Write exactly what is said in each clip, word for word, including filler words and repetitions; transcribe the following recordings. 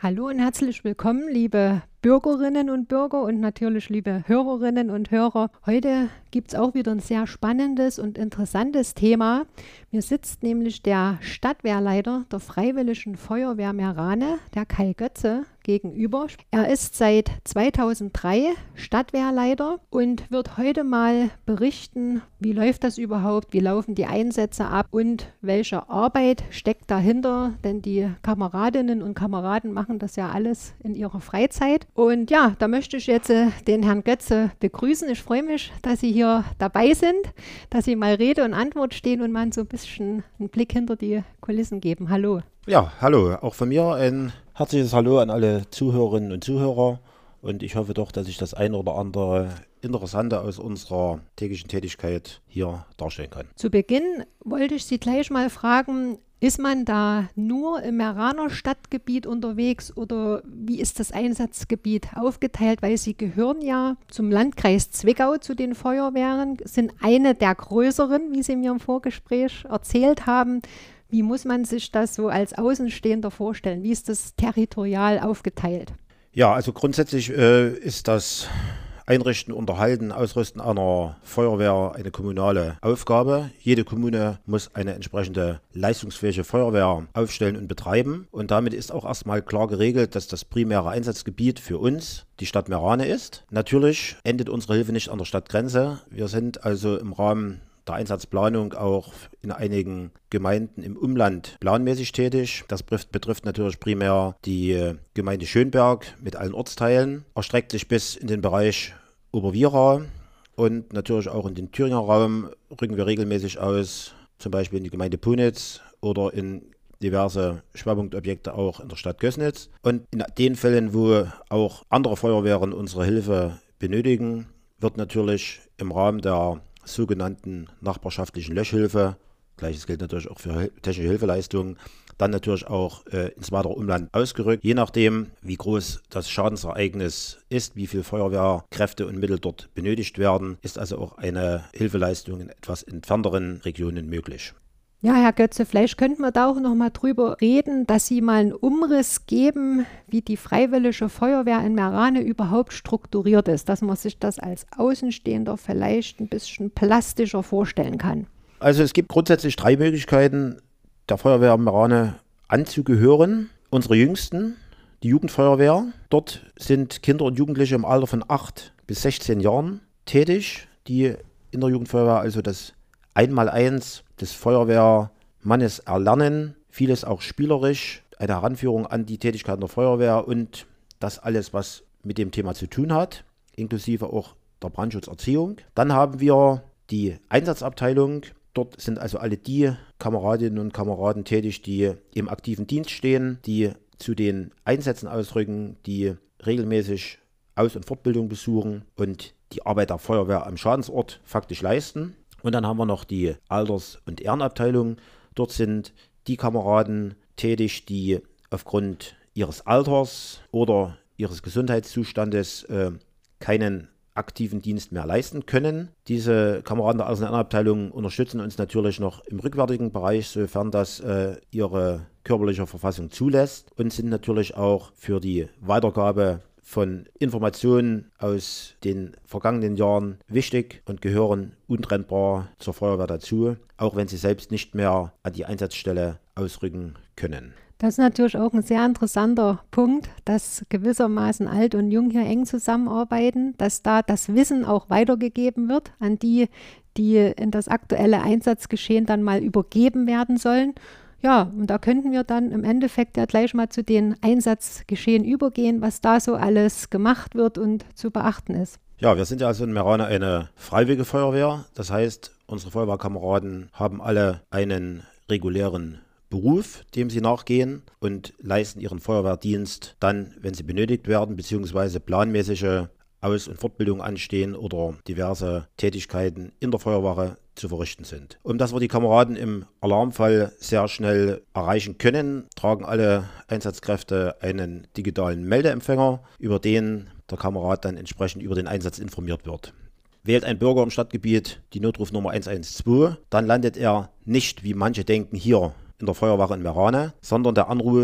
Hallo und herzlich willkommen, liebe Bürgerinnen und Bürger und natürlich liebe Hörerinnen und Hörer. Heute gibt es auch wieder ein sehr spannendes und interessantes Thema. Mir sitzt nämlich der Stadtwehrleiter der Freiwilligen Feuerwehr Meerane, der Kai Götze, gegenüber. Er ist seit zweitausenddrei Stadtwehrleiter und wird heute mal berichten, wie läuft das überhaupt, wie laufen die Einsätze ab und welche Arbeit steckt dahinter, denn die Kameradinnen und Kameraden machen das ja alles in ihrer Freizeit. Und ja, da möchte ich jetzt äh, den Herrn Götze begrüßen. Ich freue mich, dass Sie hier dabei sind, dass Sie mal Rede und Antwort stehen und mal so ein bisschen einen Blick hinter die Kulissen geben. Hallo. Ja, hallo. Auch von mir ein herzliches Hallo an alle Zuhörerinnen und Zuhörer. Und ich hoffe doch, dass ich das eine oder andere Interessante aus unserer täglichen Tätigkeit hier darstellen kann. Zu Beginn wollte ich Sie gleich mal fragen, ist man da nur im Meeraner Stadtgebiet unterwegs oder wie ist das Einsatzgebiet aufgeteilt? Weil Sie gehören ja zum Landkreis Zwickau, zu den Feuerwehren, sind eine der größeren, wie Sie mir im Vorgespräch erzählt haben. Wie muss man sich das so als Außenstehender vorstellen? Wie ist das territorial aufgeteilt? Ja, also grundsätzlich äh, ist das Einrichten, Unterhalten, Ausrüsten einer Feuerwehr eine kommunale Aufgabe. Jede Kommune muss eine entsprechende leistungsfähige Feuerwehr aufstellen und betreiben. Und damit ist auch erstmal klar geregelt, dass das primäre Einsatzgebiet für uns die Stadt Meerane ist. Natürlich endet unsere Hilfe nicht an der Stadtgrenze. Wir sind also im Rahmen der Einsatzplanung auch in einigen Gemeinden im Umland planmäßig tätig. Das betrifft natürlich primär die Gemeinde Schönberg mit allen Ortsteilen, erstreckt sich bis in den Bereich Oberwiera und natürlich auch in den Thüringer Raum rücken wir regelmäßig aus, zum Beispiel in die Gemeinde Punitz oder in diverse Schwerpunktobjekte auch in der Stadt Gößnitz. Und in den Fällen, wo auch andere Feuerwehren unsere Hilfe benötigen, wird natürlich im Rahmen der sogenannten nachbarschaftlichen Löschhilfe, gleiches gilt natürlich auch für technische Hilfeleistungen, dann natürlich auch äh, ins weitere Umland ausgerückt. Je nachdem, wie groß das Schadensereignis ist, wie viele Feuerwehrkräfte und Mittel dort benötigt werden, ist also auch eine Hilfeleistung in etwas entfernteren Regionen möglich. Ja, Herr Götze, vielleicht könnten wir da auch noch mal drüber reden, dass Sie mal einen Umriss geben, wie die Freiwillige Feuerwehr in Meerane überhaupt strukturiert ist, dass man sich das als Außenstehender vielleicht ein bisschen plastischer vorstellen kann. Also es gibt grundsätzlich drei Möglichkeiten, der Feuerwehr Meerane anzugehören. Unsere Jüngsten, die Jugendfeuerwehr. Dort sind Kinder und Jugendliche im Alter von acht bis sechzehn Jahren tätig, die in der Jugendfeuerwehr also das Einmaleins des Feuerwehrmannes erlernen, vieles auch spielerisch, eine Heranführung an die Tätigkeit der Feuerwehr und das alles, was mit dem Thema zu tun hat, inklusive auch der Brandschutzerziehung. Dann haben wir die Einsatzabteilung. Dort sind also alle die Kameradinnen und Kameraden tätig, die im aktiven Dienst stehen, die zu den Einsätzen ausrücken, die regelmäßig Aus- und Fortbildung besuchen und die Arbeit der Feuerwehr am Schadensort faktisch leisten. Und dann haben wir noch die Alters- und Ehrenabteilung. Dort sind die Kameraden tätig, die aufgrund ihres Alters oder ihres Gesundheitszustandes äh, keinen aktiven Dienst mehr leisten können. Diese Kameraden der Alters- und Ehrenabteilung unterstützen uns natürlich noch im rückwärtigen Bereich, sofern das äh, ihre körperliche Verfassung zulässt, und sind natürlich auch für die Weitergabe von Informationen aus den vergangenen Jahren wichtig und gehören untrennbar zur Feuerwehr dazu, auch wenn sie selbst nicht mehr an die Einsatzstelle ausrücken können. Das ist natürlich auch ein sehr interessanter Punkt, dass gewissermaßen Alt und Jung hier eng zusammenarbeiten, dass da das Wissen auch weitergegeben wird an die, die in das aktuelle Einsatzgeschehen dann mal übergeben werden sollen. Ja, und da könnten wir dann im Endeffekt ja gleich mal zu den Einsatzgeschehen übergehen, was da so alles gemacht wird und zu beachten ist. Ja, wir sind ja also in Meerane eine freiwillige Feuerwehr. Das heißt, unsere Feuerwehrkameraden haben alle einen regulären Beruf, dem sie nachgehen und leisten ihren Feuerwehrdienst dann, wenn sie benötigt werden, beziehungsweise planmäßige Aus- und Fortbildungen anstehen oder diverse Tätigkeiten in der Feuerwache zu verrichten sind. Um dass wir die Kameraden im Alarmfall sehr schnell erreichen können, tragen alle Einsatzkräfte einen digitalen Meldeempfänger, über den der Kamerad dann entsprechend über den Einsatz informiert wird. Wählt ein Bürger im Stadtgebiet die Notrufnummer eins eins zwei, dann landet er nicht, wie manche denken, hier in der Feuerwache in Meerane, sondern der Anruf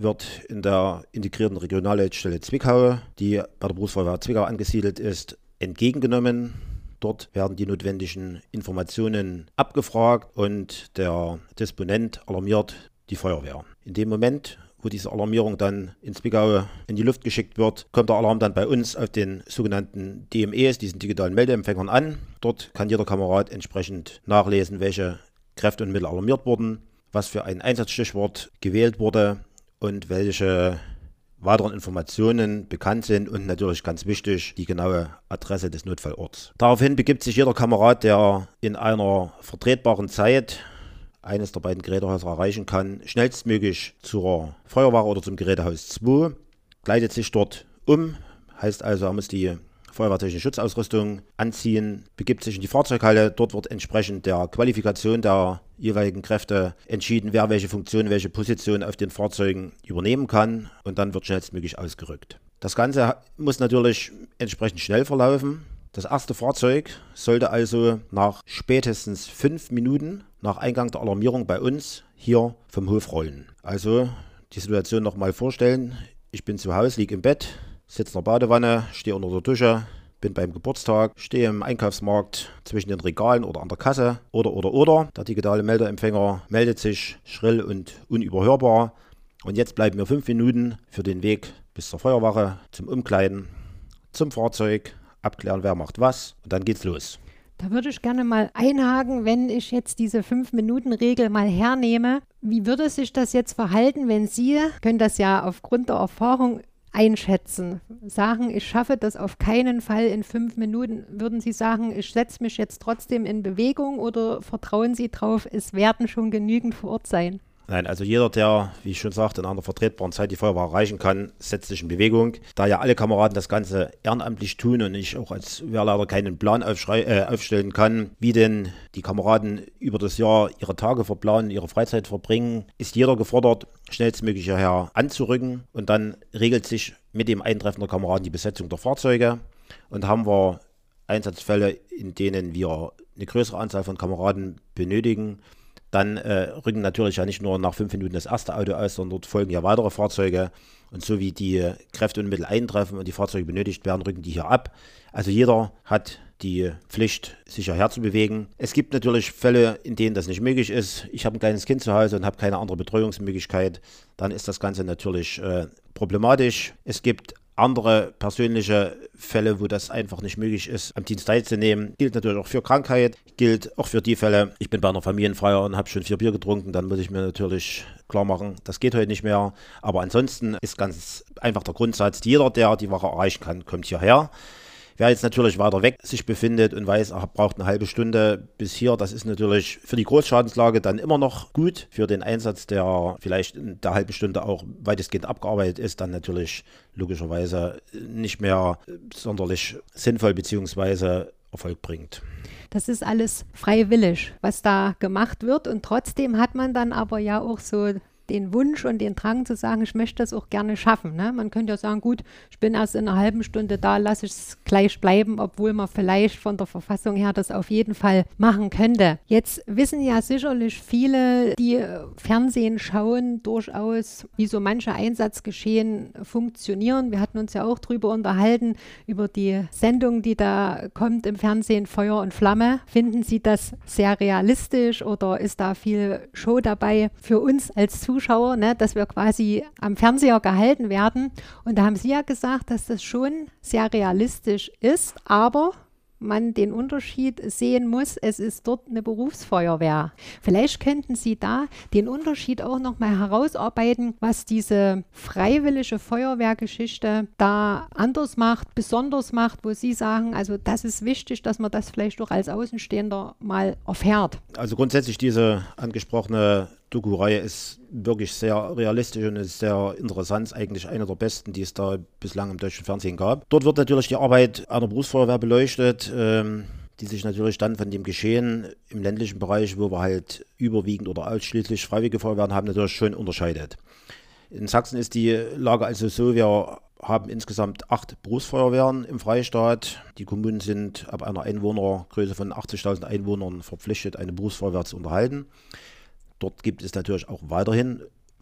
wird in der integrierten Regionalleitstelle Zwickau, die bei der Berufsfeuerwehr Zwickau angesiedelt ist, entgegengenommen. Dort werden die notwendigen Informationen abgefragt und der Disponent alarmiert die Feuerwehr. In dem Moment, wo diese Alarmierung dann in Zwickau in die Luft geschickt wird, kommt der Alarm dann bei uns auf den sogenannten D M Es, diesen digitalen Meldeempfängern, an. Dort kann jeder Kamerad entsprechend nachlesen, welche Kräfte und Mittel alarmiert wurden, was für ein Einsatzstichwort gewählt wurde und welche weiteren Informationen bekannt sind und natürlich ganz wichtig, die genaue Adresse des Notfallorts. Daraufhin begibt sich jeder Kamerad, der in einer vertretbaren Zeit eines der beiden Gerätehäuser erreichen kann, schnellstmöglich zur Feuerwache oder zum Gerätehaus zwei, kleidet sich dort um, heißt also, er muss die feuerwehrtechnische Schutzausrüstung anziehen, begibt sich in die Fahrzeughalle. Dort wird entsprechend der Qualifikation der jeweiligen Kräfte entschieden, wer welche Funktion, welche Position auf den Fahrzeugen übernehmen kann, und dann wird schnellstmöglich ausgerückt. Das Ganze muss natürlich entsprechend schnell verlaufen. Das erste Fahrzeug sollte also nach spätestens fünf Minuten nach Eingang der Alarmierung bei uns hier vom Hof rollen. Also die Situation nochmal vorstellen: Ich bin zu Hause, liege im Bett, sitze in der Badewanne, stehe unter der Dusche, bin beim Geburtstag, stehe im Einkaufsmarkt zwischen den Regalen oder an der Kasse oder oder oder. Der digitale Meldeempfänger meldet sich schrill und unüberhörbar. Und jetzt bleiben mir fünf Minuten für den Weg bis zur Feuerwache, zum Umkleiden, zum Fahrzeug, abklären, wer macht was, und dann geht's los. Da würde ich gerne mal einhaken, wenn ich jetzt diese fünf-Minuten-Regel mal hernehme. Wie würde sich das jetzt verhalten, wenn Sie, können das ja aufgrund der Erfahrung einschätzen, sagen, ich schaffe das auf keinen Fall in fünf Minuten. Würden Sie sagen, ich setze mich jetzt trotzdem in Bewegung, oder vertrauen Sie drauf, es werden schon genügend vor Ort sein? Nein, also jeder, der, wie ich schon sagte, in einer vertretbaren Zeit die Feuerwehr erreichen kann, setzt sich in Bewegung. Da ja alle Kameraden das Ganze ehrenamtlich tun und ich auch als Wehrleiter keinen Plan äh, aufstellen kann, wie denn die Kameraden über das Jahr ihre Tage verplanen, ihre Freizeit verbringen, ist jeder gefordert, schnellstmöglich hierher anzurücken, und dann regelt sich mit dem Eintreffen der Kameraden die Besetzung der Fahrzeuge, und haben wir Einsatzfälle, in denen wir eine größere Anzahl von Kameraden benötigen, dann äh, rücken natürlich ja nicht nur nach fünf Minuten das erste Auto aus, sondern dort folgen ja weitere Fahrzeuge. Und so wie die Kräfte und Mittel eintreffen und die Fahrzeuge benötigt werden, rücken die hier ab. Also jeder hat die Pflicht, sich hierher zu bewegen. Es gibt natürlich Fälle, in denen das nicht möglich ist. Ich habe ein kleines Kind zu Hause und habe keine andere Betreuungsmöglichkeit. Dann ist das Ganze natürlich äh, problematisch. Es gibt andere persönliche Fälle, wo das einfach nicht möglich ist, am Dienst teilzunehmen. Gilt natürlich auch für Krankheit, gilt auch für die Fälle, ich bin bei einer Familienfeier und habe schon vier Bier getrunken, dann muss ich mir natürlich klar machen, das geht heute nicht mehr. Aber ansonsten ist ganz einfach der Grundsatz, jeder, der die Wache erreichen kann, kommt hierher. Wer jetzt natürlich weiter weg sich befindet und weiß, er braucht eine halbe Stunde bis hier, das ist natürlich für die Großschadenslage dann immer noch gut. Für den Einsatz, der vielleicht in der halben Stunde auch weitestgehend abgearbeitet ist, dann natürlich logischerweise nicht mehr sonderlich sinnvoll bzw. Erfolg bringt. Das ist alles freiwillig, was da gemacht wird, und trotzdem hat man dann aber ja auch so den Wunsch und den Drang zu sagen, ich möchte das auch gerne schaffen. Ne? Man könnte ja sagen, gut, ich bin erst in einer halben Stunde da, lasse ich es gleich bleiben, obwohl man vielleicht von der Verfassung her das auf jeden Fall machen könnte. Jetzt wissen ja sicherlich viele, die Fernsehen schauen, durchaus, wie so manche Einsatzgeschehen funktionieren. Wir hatten uns ja auch drüber unterhalten, über die Sendung, die da kommt im Fernsehen, Feuer und Flamme. Finden Sie das sehr realistisch oder ist da viel Show dabei? Für uns als Zuschauer Zuschauer, ne, dass wir quasi am Fernseher gehalten werden. Und da haben Sie ja gesagt, dass das schon sehr realistisch ist, aber man den Unterschied sehen muss, es ist dort eine Berufsfeuerwehr. Vielleicht könnten Sie da den Unterschied auch nochmal herausarbeiten, was diese freiwillige Feuerwehrgeschichte da anders macht, besonders macht, wo Sie sagen, also das ist wichtig, dass man das vielleicht auch als Außenstehender mal erfährt. Also grundsätzlich diese angesprochene Doku-Reihe ist wirklich sehr realistisch und ist sehr interessant, eigentlich eine der besten, die es da bislang im deutschen Fernsehen gab. Dort wird natürlich die Arbeit einer Berufsfeuerwehr beleuchtet, ähm, die sich natürlich dann von dem Geschehen im ländlichen Bereich, wo wir halt überwiegend oder ausschließlich freiwillige Feuerwehren haben, natürlich schon unterscheidet. In Sachsen ist die Lage also so, wir haben insgesamt acht Berufsfeuerwehren im Freistaat. Die Kommunen sind ab einer Einwohnergröße von achtzigtausend Einwohnern verpflichtet, eine Berufsfeuerwehr zu unterhalten. Dort gibt es natürlich auch weiterhin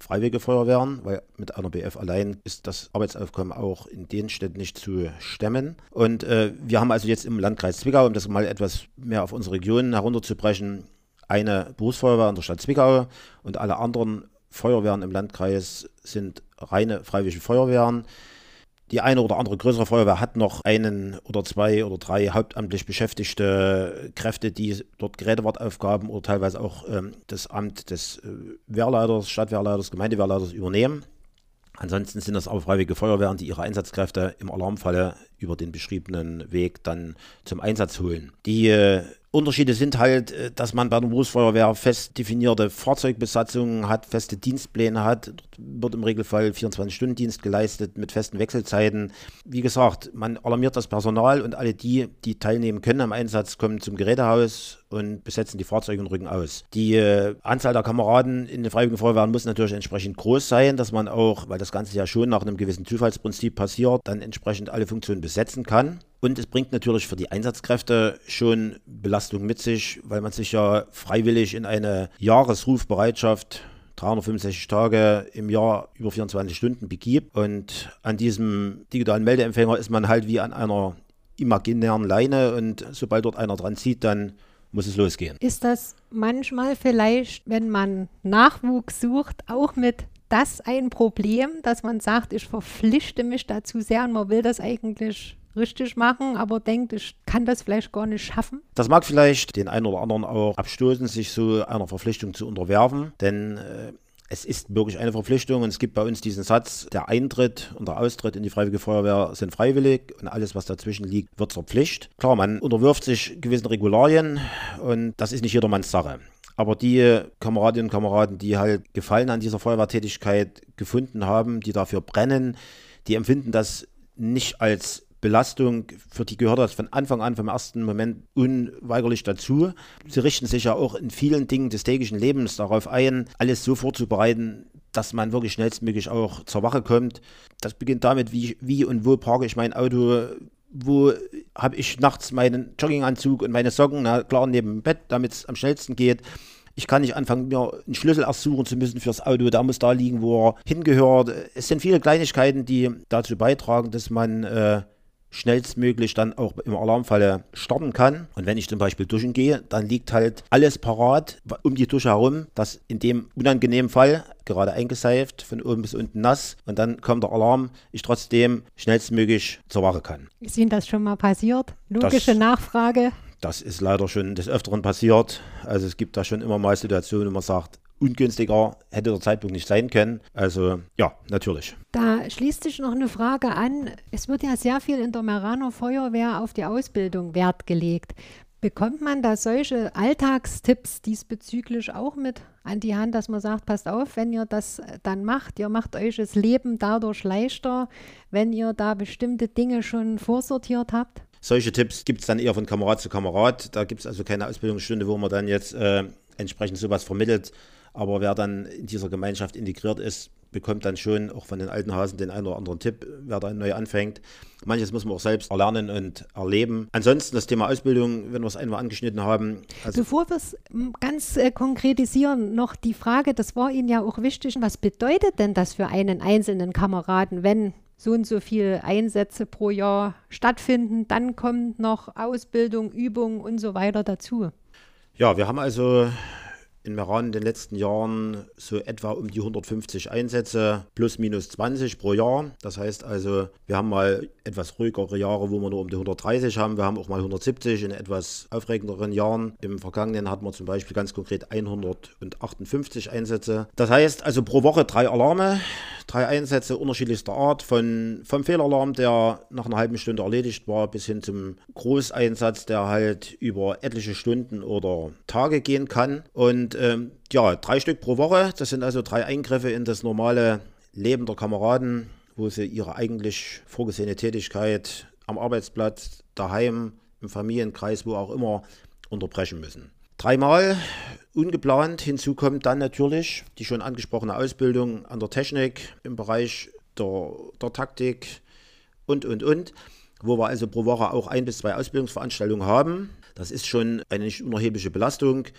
Freiwillige Feuerwehren, weil mit einer B F allein ist das Arbeitsaufkommen auch in den Städten nicht zu stemmen. Und äh, wir haben also jetzt im Landkreis Zwickau, um das mal etwas mehr auf unsere Region herunterzubrechen, eine Berufsfeuerwehr in der Stadt Zwickau und alle anderen Feuerwehren im Landkreis sind reine freiwillige Feuerwehren. Die eine oder andere größere Feuerwehr hat noch einen oder zwei oder drei hauptamtlich beschäftigte Kräfte, die dort Gerätewartaufgaben oder teilweise auch ähm, das Amt des äh, Wehrleiters, Stadtwehrleiters, Gemeindewehrleiters übernehmen. Ansonsten sind das aber freiwillige Feuerwehren, die ihre Einsatzkräfte im Alarmfalle über den beschriebenen Weg dann zum Einsatz holen. Die äh, Unterschiede sind halt, dass man bei der Berufsfeuerwehr fest definierte Fahrzeugbesatzungen hat, feste Dienstpläne hat. Dort wird im Regelfall vierundzwanzig-Stunden-Dienst geleistet mit festen Wechselzeiten. Wie gesagt, man alarmiert das Personal und alle die, die teilnehmen können am Einsatz, kommen zum Gerätehaus und besetzen die Fahrzeuge und rücken aus. Die äh, Anzahl der Kameraden in den Freiwilligen Feuerwehren muss natürlich entsprechend groß sein, dass man auch, weil das Ganze ja schon nach einem gewissen Zufallsprinzip passiert, dann entsprechend alle Funktionen besetzen kann. Und es bringt natürlich für die Einsatzkräfte schon Belastung mit sich, weil man sich ja freiwillig in eine Jahresrufbereitschaft, dreihundertfünfundsechzig Tage im Jahr über vierundzwanzig Stunden begibt. Und an diesem digitalen Meldeempfänger ist man halt wie an einer imaginären Leine und sobald dort einer dran zieht, dann muss es losgehen. Ist das manchmal vielleicht, wenn man Nachwuchs sucht, auch mit das ein Problem, dass man sagt, ich verpflichte mich dazu sehr und man will das eigentlich richtig machen, aber denkt, ich kann das vielleicht gar nicht schaffen? Das mag vielleicht den einen oder anderen auch abstoßen, sich so einer Verpflichtung zu unterwerfen, denn äh, es ist wirklich eine Verpflichtung und es gibt bei uns diesen Satz, der Eintritt und der Austritt in die Freiwillige Feuerwehr sind freiwillig und alles, was dazwischen liegt, wird zur Pflicht. Klar, man unterwirft sich gewissen Regularien und das ist nicht jedermanns Sache. Aber die Kameradinnen und Kameraden, die halt Gefallen an dieser Feuerwehrtätigkeit gefunden haben, die dafür brennen, die empfinden das nicht als Belastung, für die gehört das von Anfang an, vom ersten Moment unweigerlich dazu. Sie richten sich ja auch in vielen Dingen des täglichen Lebens darauf ein, alles so vorzubereiten, dass man wirklich schnellstmöglich auch zur Wache kommt. Das beginnt damit, wie, wie und wo parke ich mein Auto, wo habe ich nachts meinen Jogginganzug und meine Socken, na klar, neben dem Bett, damit es am schnellsten geht. Ich kann nicht anfangen, mir einen Schlüssel erst suchen zu müssen fürs Auto, der muss da liegen, wo er hingehört. Es sind viele Kleinigkeiten, die dazu beitragen, dass man äh, schnellstmöglich dann auch im Alarmfalle starten kann. Und wenn ich zum Beispiel duschen gehe, dann liegt halt alles parat um die Dusche herum, das in dem unangenehmen Fall gerade eingeseift, von oben bis unten nass und dann kommt der Alarm, ich trotzdem schnellstmöglich zur Wache kann. Ist Ihnen das schon mal passiert? Logische das, Nachfrage. Das ist leider schon des Öfteren passiert. Also es gibt da schon immer mal Situationen, wo man sagt, ungünstiger hätte der Zeitpunkt nicht sein können. Also ja, natürlich. Da schließt sich noch eine Frage an. Es wird ja sehr viel in der Meraner Feuerwehr auf die Ausbildung Wert gelegt. Bekommt man da solche Alltagstipps diesbezüglich auch mit an die Hand, dass man sagt, passt auf, wenn ihr das dann macht, ihr macht euch das Leben dadurch leichter, wenn ihr da bestimmte Dinge schon vorsortiert habt? Solche Tipps gibt es dann eher von Kamerad zu Kamerad. Da gibt es also keine Ausbildungsstunde, wo man dann jetzt äh, entsprechend sowas vermittelt. Aber wer dann in dieser Gemeinschaft integriert ist, bekommt dann schon auch von den alten Hasen den einen oder anderen Tipp, wer da neu anfängt. Manches muss man auch selbst erlernen und erleben. Ansonsten das Thema Ausbildung, wenn wir es einmal angeschnitten haben. Also Bevor wir es ganz äh, konkretisieren, noch die Frage, das war Ihnen ja auch wichtig, was bedeutet denn das für einen einzelnen Kameraden, wenn so und so viele Einsätze pro Jahr stattfinden, dann kommt noch Ausbildung, Übung und so weiter dazu? Ja, wir haben also in Meran in den letzten Jahren so etwa um die hundertfünfzig Einsätze plus minus zwanzig pro Jahr. Das heißt also, wir haben mal etwas ruhigere Jahre, wo wir nur um die hundertdreißig haben. Wir haben auch mal hundertsiebzig in etwas aufregenderen Jahren. Im Vergangenen hatten wir zum Beispiel ganz konkret hundertachtundfünfzig Einsätze. Das heißt also pro Woche drei Alarme, drei Einsätze unterschiedlichster Art, von, vom Fehlalarm, der nach einer halben Stunde erledigt war, bis hin zum Großeinsatz, der halt über etliche Stunden oder Tage gehen kann. Und ähm, ja, drei Stück pro Woche, das sind also drei Eingriffe in das normale Leben der Kameraden, wo sie ihre eigentlich vorgesehene Tätigkeit am Arbeitsplatz, daheim, im Familienkreis, wo auch immer, unterbrechen müssen. Dreimal ungeplant. Hinzu kommt dann natürlich die schon angesprochene Ausbildung an der Technik im Bereich der, der Taktik und, und, und, wo wir also pro Woche auch ein bis zwei Ausbildungsveranstaltungen haben. Das ist schon eine nicht unerhebliche Belastung.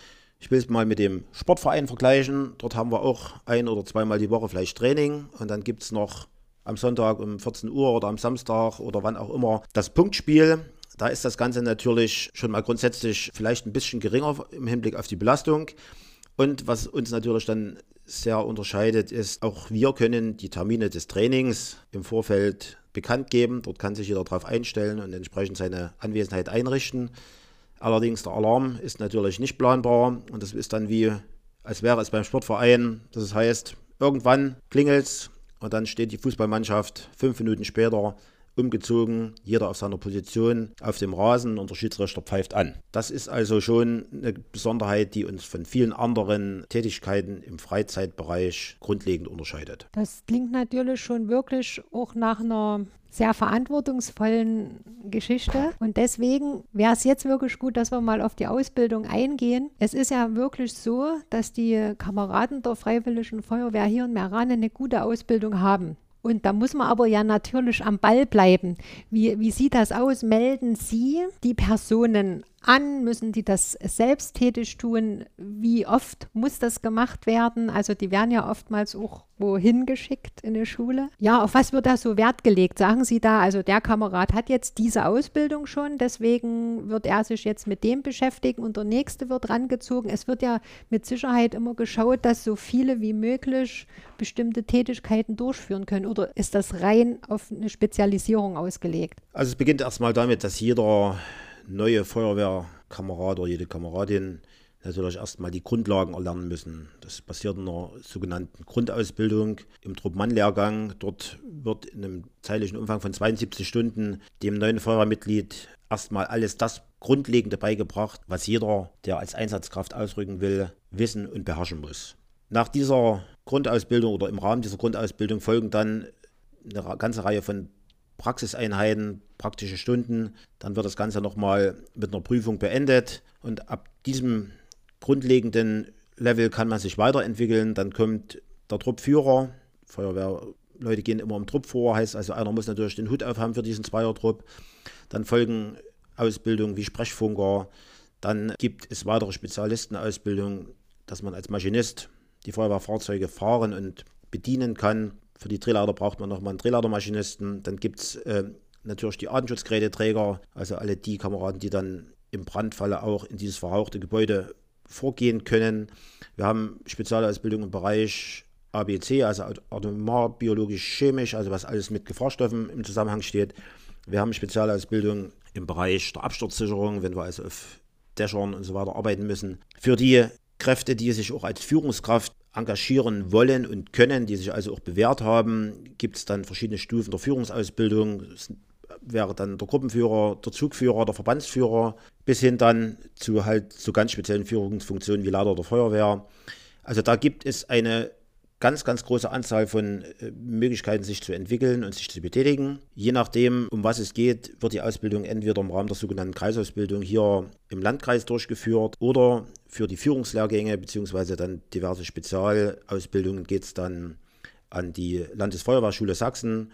Ich will es mal mit dem Sportverein vergleichen. Dort haben wir auch ein- oder zweimal die Woche vielleicht Training und dann gibt es noch am Sonntag um vierzehn Uhr oder am Samstag oder wann auch immer das Punktspiel. Da ist das Ganze natürlich schon mal grundsätzlich vielleicht ein bisschen geringer im Hinblick auf die Belastung. Und was uns natürlich dann sehr unterscheidet, ist, auch wir können die Termine des Trainings im Vorfeld bekannt geben. Dort kann sich jeder darauf einstellen und entsprechend seine Anwesenheit einrichten. Allerdings der Alarm ist natürlich nicht planbar und das ist dann wie, als wäre es beim Sportverein. Das heißt, irgendwann klingelt es und dann steht die Fußballmannschaft fünf Minuten später umgezogen, jeder auf seiner Position auf dem Rasen und der Schiedsrichter pfeift an. Das ist also schon eine Besonderheit, die uns von vielen anderen Tätigkeiten im Freizeitbereich grundlegend unterscheidet. Das klingt natürlich schon wirklich auch nach einer sehr verantwortungsvollen Geschichte und deswegen wäre es jetzt wirklich gut, dass wir mal auf die Ausbildung eingehen. Es ist ja wirklich so, dass die Kameraden der Freiwilligen Feuerwehr hier in Meerane eine gute Ausbildung haben. Und da muss man aber ja natürlich am Ball bleiben. Wie, wie sieht das aus? Melden Sie die Personen an? Müssen die das selbsttätig tun? Wie oft muss das gemacht werden? Also die werden ja oftmals auch wohin geschickt in die Schule. Ja, auf was wird da so Wert gelegt? Sagen Sie da, also der Kamerad hat jetzt diese Ausbildung schon, deswegen wird er sich jetzt mit dem beschäftigen und der nächste wird rangezogen. Es wird ja mit Sicherheit immer geschaut, dass so viele wie möglich bestimmte Tätigkeiten durchführen können. Oder ist das rein auf eine Spezialisierung ausgelegt? Also es beginnt erstmal damit, dass jeder neue Feuerwehrkamerad oder jede Kameradin natürlich erstmal die Grundlagen erlernen müssen. Das passiert in einer sogenannten Grundausbildung im Trupp-Mann-Lehrgang. Dort wird in einem zeitlichen Umfang von zweiundsiebzig Stunden dem neuen Feuerwehrmitglied erstmal alles das Grundlegende beigebracht, was jeder, der als Einsatzkraft ausrücken will, wissen und beherrschen muss. Nach dieser Grundausbildung oder im Rahmen dieser Grundausbildung folgen dann eine ganze Reihe von Praxiseinheiten, praktische Stunden. Dann wird das Ganze nochmal mit einer Prüfung beendet und ab diesem grundlegenden Level kann man sich weiterentwickeln. Dann kommt der Truppführer. Feuerwehrleute gehen immer im Trupp vor, heißt also, einer muss natürlich den Hut aufhaben für diesen Zweiertrupp. Dann folgen Ausbildungen wie Sprechfunker. Dann gibt es weitere Spezialistenausbildungen, dass man als Maschinist die Feuerwehrfahrzeuge fahren und bedienen kann. Für die Drehleiter braucht man nochmal einen Drehleitermaschinisten. Dann gibt es äh, natürlich die Atemschutzgeräteträger, also alle die Kameraden, die dann im Brandfalle auch in dieses verrauchte Gebäude vorgehen können. Wir haben Spezialausbildung im Bereich A B C, also atomar, biologisch, chemisch, also was alles mit Gefahrstoffen im Zusammenhang steht. Wir haben Spezialausbildung im Bereich der Absturzsicherung, wenn wir also auf Dächern und so weiter arbeiten müssen. Für die Kräfte, die sich auch als Führungskraft engagieren wollen und können, die sich also auch bewährt haben, gibt es dann verschiedene Stufen der Führungsausbildung. Das wäre dann der Gruppenführer, der Zugführer, der Verbandsführer, bis hin dann zu halt zu ganz speziellen Führungsfunktionen wie Leiter der Feuerwehr. Also da gibt es eine ganz, ganz große Anzahl von äh, Möglichkeiten, sich zu entwickeln und sich zu betätigen. Je nachdem, um was es geht, wird die Ausbildung entweder im Rahmen der sogenannten Kreisausbildung hier im Landkreis durchgeführt oder für die Führungslehrgänge bzw. dann diverse Spezialausbildungen geht es dann an die Landesfeuerwehrschule Sachsen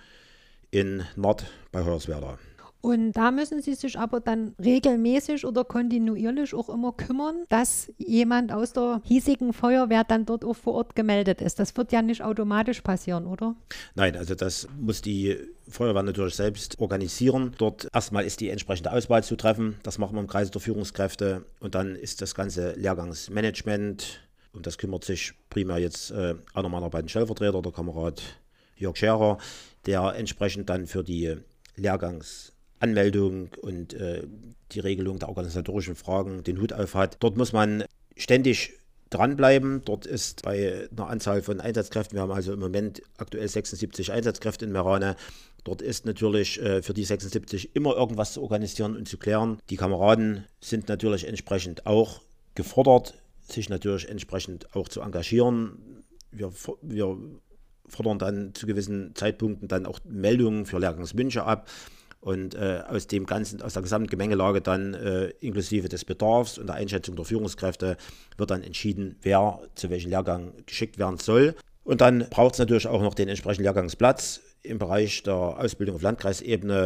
in Nord bei Hoyerswerda. Und da müssen Sie sich aber dann regelmäßig oder kontinuierlich auch immer kümmern, dass jemand aus der hiesigen Feuerwehr dann dort auch vor Ort gemeldet ist. Das wird ja nicht automatisch passieren, oder? Nein, also das muss die Feuerwehr natürlich selbst organisieren. Dort erstmal ist die entsprechende Auswahl zu treffen. Das machen wir im Kreise der Führungskräfte. Und dann ist das ganze Lehrgangsmanagement, um das kümmert sich primär jetzt äh, einer meiner beiden Stellvertreter, der Kamerad Jörg Scherer, der entsprechend dann für die Lehrgangs Anmeldung und äh, die Regelung der organisatorischen Fragen den Hut auf hat. Dort muss man ständig dranbleiben. Dort ist bei einer Anzahl von Einsatzkräften, wir haben also im Moment aktuell sechsundsiebzig Einsatzkräfte in Meerane, dort ist natürlich äh, für die sechsundsiebzig immer irgendwas zu organisieren und zu klären. Die Kameraden sind natürlich entsprechend auch gefordert, sich natürlich entsprechend auch zu engagieren. Wir, wir fordern dann zu gewissen Zeitpunkten dann auch Meldungen für Lehrgangswünsche ab. Und äh, aus dem ganzen, aus der gesamten Gemengelage dann äh, inklusive des Bedarfs und der Einschätzung der Führungskräfte wird dann entschieden, wer zu welchem Lehrgang geschickt werden soll. Und dann braucht es natürlich auch noch den entsprechenden Lehrgangsplatz. Im Bereich der Ausbildung auf Landkreisebene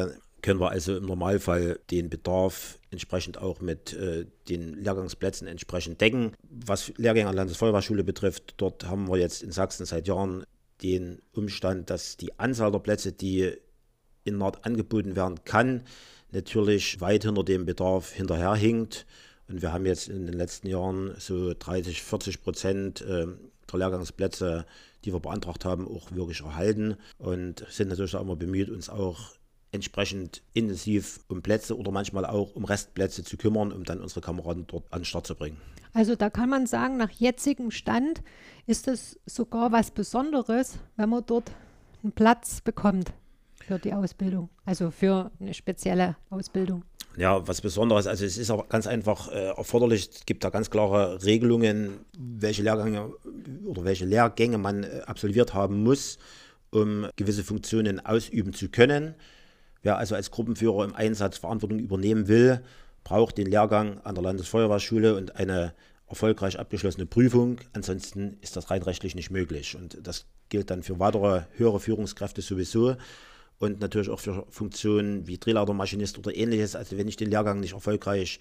können wir also im Normalfall den Bedarf entsprechend auch mit äh, den Lehrgangsplätzen entsprechend decken. Was Lehrgänge an der Landesfeuerwehrschule betrifft, dort haben wir jetzt in Sachsen seit Jahren den Umstand, dass die Anzahl der Plätze, die in Naht angeboten werden kann, natürlich weit hinter dem Bedarf hinterherhinkt. Und wir haben jetzt in den letzten Jahren so dreißig, vierzig Prozent äh, der Lehrgangsplätze, die wir beantragt haben, auch wirklich erhalten und sind natürlich auch immer bemüht, uns auch entsprechend intensiv um Plätze oder manchmal auch um Restplätze zu kümmern, um dann unsere Kameraden dort an den Start zu bringen. Also da kann man sagen, nach jetzigem Stand ist es sogar was Besonderes, wenn man dort einen Platz bekommt für die Ausbildung, also für eine spezielle Ausbildung. Ja, was Besonderes, also es ist auch ganz einfach äh, erforderlich, es gibt da ganz klare Regelungen, welche Lehrgänge oder welche Lehrgänge man äh, absolviert haben muss, um gewisse Funktionen ausüben zu können. Wer also als Gruppenführer im Einsatz Verantwortung übernehmen will, braucht den Lehrgang an der Landesfeuerwehrschule und eine erfolgreich abgeschlossene Prüfung. Ansonsten ist das rein rechtlich nicht möglich. Und das gilt dann für weitere höhere Führungskräfte sowieso und natürlich auch für Funktionen wie Drehleiter, Maschinist oder ähnliches. Also wenn ich den Lehrgang nicht erfolgreich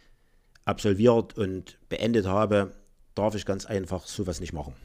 absolviert und beendet habe, darf ich ganz einfach sowas nicht machen.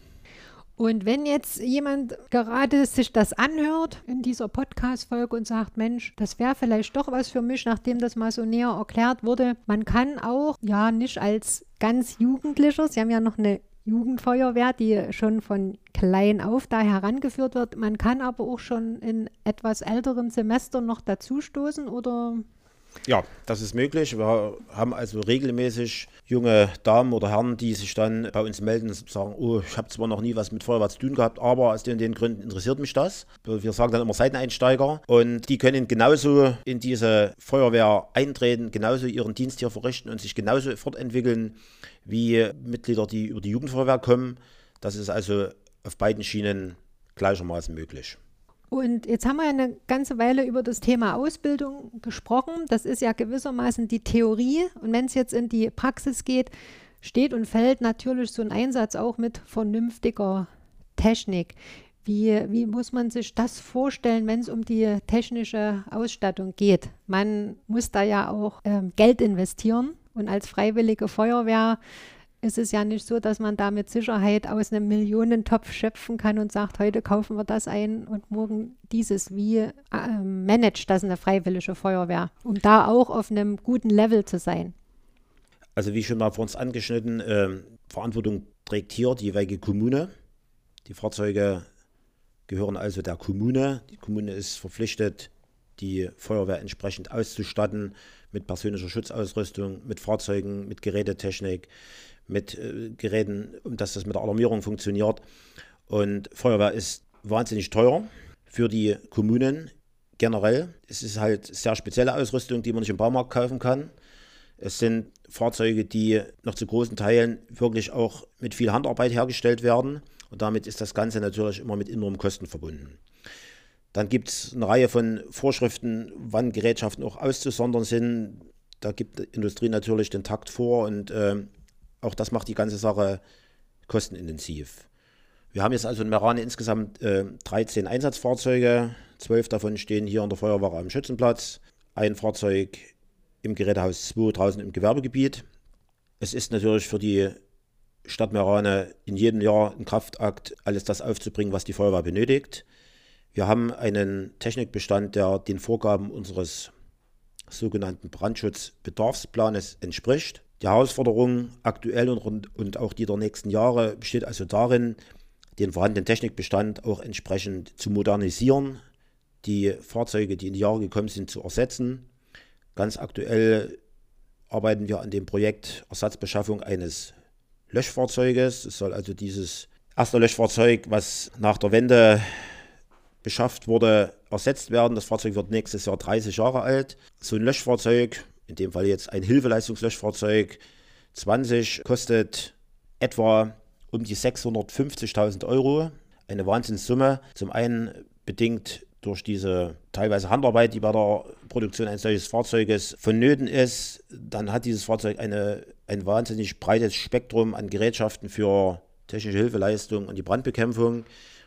Und wenn jetzt jemand gerade sich das anhört in dieser Podcast-Folge und sagt, Mensch, das wäre vielleicht doch was für mich, nachdem das mal so näher erklärt wurde. Man kann auch, ja, nicht als ganz Jugendlicher, Sie haben ja noch eine Jugendfeuerwehr, die schon von klein auf da herangeführt wird. Man kann aber auch schon in etwas älteren Semestern noch dazustoßen, oder? Ja, das ist möglich. Wir haben also regelmäßig junge Damen oder Herren, die sich dann bei uns melden und sagen, oh, ich habe zwar noch nie was mit Feuerwehr zu tun gehabt, aber aus den, den Gründen interessiert mich das. Wir sagen dann immer Seiteneinsteiger und die können genauso in diese Feuerwehr eintreten, genauso ihren Dienst hier verrichten und sich genauso fortentwickeln wie Mitglieder, die über die Jugendfeuerwehr kommen. Das ist also auf beiden Schienen gleichermaßen möglich. Und jetzt haben wir ja eine ganze Weile über das Thema Ausbildung gesprochen. Das ist ja gewissermaßen die Theorie. Und wenn es jetzt in die Praxis geht, steht und fällt natürlich so ein Einsatz auch mit vernünftiger Technik. Wie, wie muss man sich das vorstellen, wenn es um die technische Ausstattung geht? Man muss da ja auch ähm, Geld investieren. Und als freiwillige Feuerwehr ist es ja nicht so, dass man da mit Sicherheit aus einem Millionentopf schöpfen kann und sagt, heute kaufen wir das ein und morgen dieses. Wie äh, managt das eine freiwillige Feuerwehr, um da auch auf einem guten Level zu sein? Also wie schon mal vor uns angeschnitten, äh, Verantwortung trägt hier die jeweilige Kommune. Die Fahrzeuge gehören also der Kommune. Die Kommune ist verpflichtet, die Feuerwehr entsprechend auszustatten mit persönlicher Schutzausrüstung, mit Fahrzeugen, mit Gerätetechnik, mit äh, Geräten, um dass das mit der Alarmierung funktioniert. Und Feuerwehr ist wahnsinnig teuer für die Kommunen generell. Es ist halt sehr spezielle Ausrüstung, die man nicht im Baumarkt kaufen kann. Es sind Fahrzeuge, die noch zu großen Teilen wirklich auch mit viel Handarbeit hergestellt werden. Und damit ist das Ganze natürlich immer mit enormen Kosten verbunden. Dann gibt es eine Reihe von Vorschriften, wann Gerätschaften auch auszusondern sind. Da gibt die Industrie natürlich den Takt vor und äh, auch das macht die ganze Sache kostenintensiv. Wir haben jetzt also in Meerane insgesamt äh, dreizehn Einsatzfahrzeuge. zwölf davon stehen hier an der Feuerwache am Schützenplatz. Ein Fahrzeug im Gerätehaus zwei draußen im Gewerbegebiet. Es ist natürlich für die Stadt Meerane in jedem Jahr ein Kraftakt, alles das aufzubringen, was die Feuerwehr benötigt. Wir haben einen Technikbestand, der den Vorgaben unseres sogenannten Brandschutzbedarfsplanes entspricht. Die Herausforderung aktuell und, und auch die der nächsten Jahre besteht also darin, den vorhandenen Technikbestand auch entsprechend zu modernisieren, die Fahrzeuge, die in die Jahre gekommen sind, zu ersetzen. Ganz aktuell arbeiten wir an dem Projekt Ersatzbeschaffung eines Löschfahrzeuges. Es soll also dieses erste Löschfahrzeug, was nach der Wende beschafft wurde, ersetzt werden. Das Fahrzeug wird nächstes Jahr dreißig Jahre alt. So ein Löschfahrzeug, in dem Fall jetzt ein Hilfeleistungslöschfahrzeug, zwanzig, kostet etwa um die sechshundertfünfzigtausend Euro. Eine Wahnsinnssumme. Zum einen bedingt durch diese teilweise Handarbeit, die bei der Produktion eines solches Fahrzeuges vonnöten ist. Dann hat dieses Fahrzeug eine, ein wahnsinnig breites Spektrum an Gerätschaften für technische Hilfeleistung und die Brandbekämpfung.